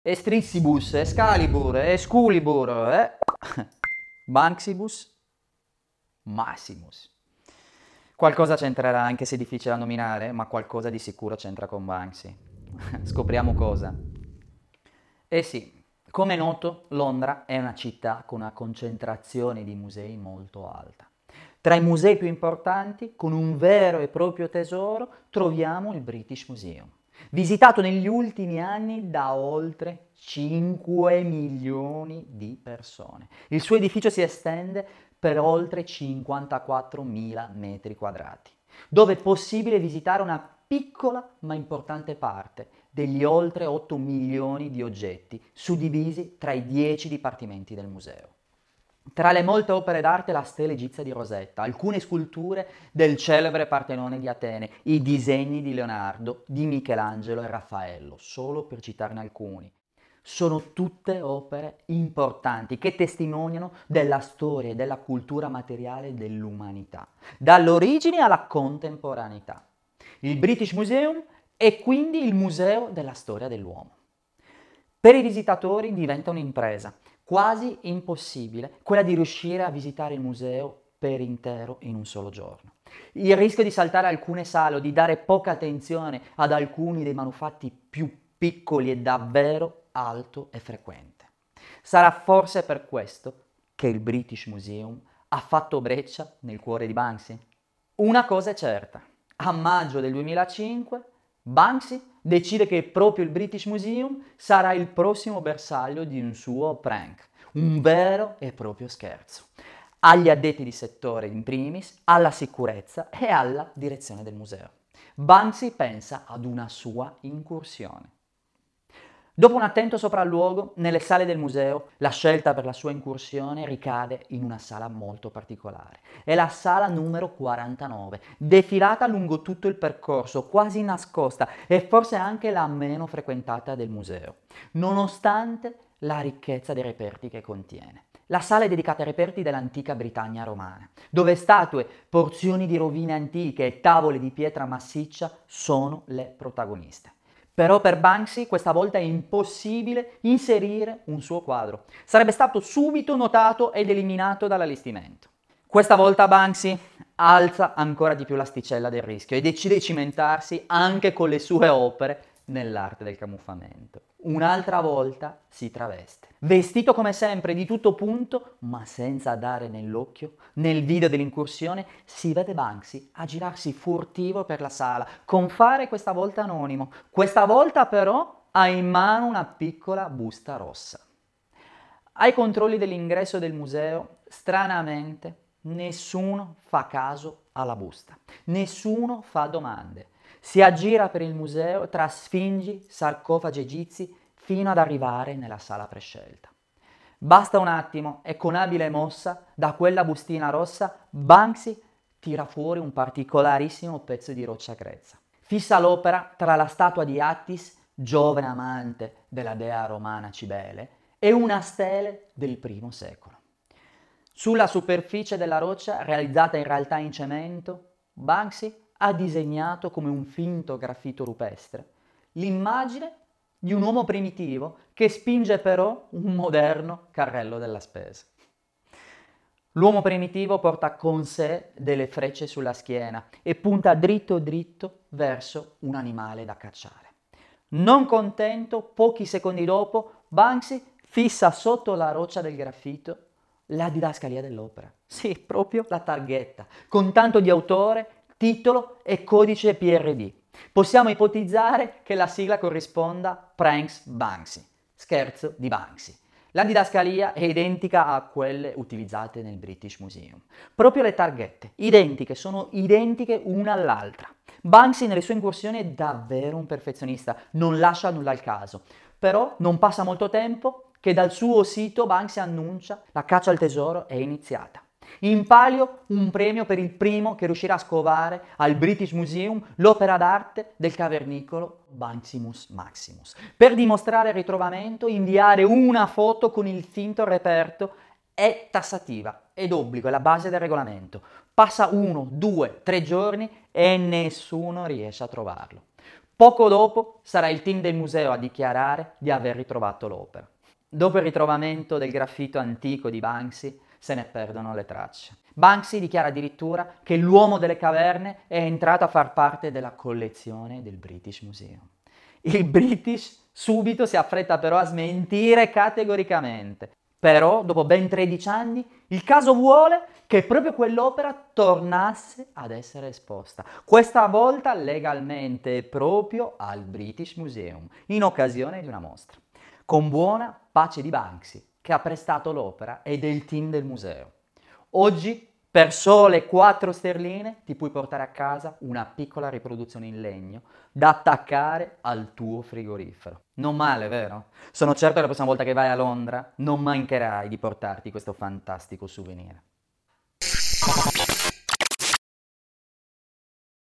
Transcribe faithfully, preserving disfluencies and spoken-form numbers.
Estrissibus, Excalibur, Excalibur, eh? Banksibus, Maximus. Qualcosa c'entrerà, anche se è difficile da nominare, ma qualcosa di sicuro c'entra con Banksy. Scopriamo cosa. Eh sì, come è noto, Londra è una città con una concentrazione di musei molto alta. Tra i musei più importanti, con un vero e proprio tesoro, troviamo il British Museum, visitato negli ultimi anni da oltre cinque milioni di persone. Il suo edificio si estende per oltre cinquantaquattromila metri quadrati, dove è possibile visitare una piccola ma importante parte degli oltre otto milioni di oggetti suddivisi tra i dieci dipartimenti del museo. Tra le molte opere d'arte la stela egizia di Rosetta, alcune sculture del celebre Partenone di Atene, i disegni di Leonardo, di Michelangelo e Raffaello, solo per citarne alcuni. Sono tutte opere importanti che testimoniano della storia e della cultura materiale dell'umanità, dall'origine alla contemporaneità. Il British Museum è quindi il museo della storia dell'uomo. Per i visitatori diventa un'impresa quasi impossibile quella di riuscire a visitare il museo per intero in un solo giorno. Il rischio di saltare alcune sale o di dare poca attenzione ad alcuni dei manufatti più piccoli è davvero alto e frequente. Sarà forse per questo che il British Museum ha fatto breccia nel cuore di Banksy? Una cosa è certa, a maggio del duemilacinque Banksy decide che proprio il British Museum sarà il prossimo bersaglio di un suo prank, un vero e proprio scherzo, agli addetti di settore in primis, alla sicurezza e alla direzione del museo. Banksy pensa ad una sua incursione. Dopo un attento sopralluogo, nelle sale del museo, la scelta per la sua incursione ricade in una sala molto particolare. È la sala numero quarantanove, defilata lungo tutto il percorso, quasi nascosta, e forse anche la meno frequentata del museo, nonostante la ricchezza dei reperti che contiene. La sala è dedicata ai reperti dell'antica Britannia romana, dove statue, porzioni di rovine antiche e tavole di pietra massiccia sono le protagoniste. Però per Banksy questa volta è impossibile inserire un suo quadro. Sarebbe stato subito notato ed eliminato dall'allestimento. Questa volta Banksy alza ancora di più l'asticella del rischio e decide di cimentarsi anche con le sue opere nell'arte del camuffamento. Un'altra volta si traveste. Vestito come sempre di tutto punto, ma senza dare nell'occhio, nel video dell'incursione si vede Banksy a girarsi furtivo per la sala, con fare questa volta anonimo. Questa volta però ha in mano una piccola busta rossa. Ai controlli dell'ingresso del museo, stranamente, nessuno fa caso alla busta, nessuno fa domande. Si aggira per il museo tra sfingi, sarcofagi egizi, fino ad arrivare nella sala prescelta. Basta un attimo e con abile mossa, da quella bustina rossa, Banksy tira fuori un particolarissimo pezzo di roccia grezza. Fissa l'opera tra la statua di Attis, giovane amante della dea romana Cibele, e una stele del primo secolo. Sulla superficie della roccia, realizzata in realtà in cemento, Banksy ha disegnato come un finto graffito rupestre l'immagine di un uomo primitivo che spinge però un moderno carrello della spesa. L'uomo primitivo porta con sé delle frecce sulla schiena e punta dritto dritto verso un animale da cacciare. Non contento, pochi secondi dopo, Banksy fissa sotto la roccia del graffito la didascalia dell'opera. Sì, proprio la targhetta, con tanto di autore, titolo e codice P R D. Possiamo ipotizzare che la sigla corrisponda Pranks Banksy, scherzo di Banksy. La didascalia è identica a quelle utilizzate nel British Museum. Proprio le targhette, identiche, sono identiche una all'altra. Banksy nelle sue incursioni è davvero un perfezionista, non lascia nulla al caso. Però non passa molto tempo che dal suo sito Banksy annuncia la caccia al tesoro è iniziata. In palio un premio per il primo che riuscirà a scovare al British Museum l'opera d'arte del cavernicolo Banksimus Maximus. Per dimostrare il ritrovamento, inviare una foto con il finto reperto è tassativa ed obbligo, è la base del regolamento. Passa uno, due, tre giorni e nessuno riesce a trovarlo. Poco dopo sarà il team del museo a dichiarare di aver ritrovato l'opera. Dopo il ritrovamento del graffito antico di Banksy, se ne perdono le tracce. Banksy dichiara addirittura che l'uomo delle caverne è entrato a far parte della collezione del British Museum. Il British subito si affretta però a smentire categoricamente. Però, dopo ben tredici anni, il caso vuole che proprio quell'opera tornasse ad essere esposta. Questa volta legalmente proprio al British Museum, in occasione di una mostra. Con buona pace di Banksy, che ha prestato l'opera e del team del museo. Oggi, per sole quattro sterline, ti puoi portare a casa una piccola riproduzione in legno da attaccare al tuo frigorifero. Non male, vero? Sono certo che la prossima volta che vai a Londra non mancherai di portarti questo fantastico souvenir.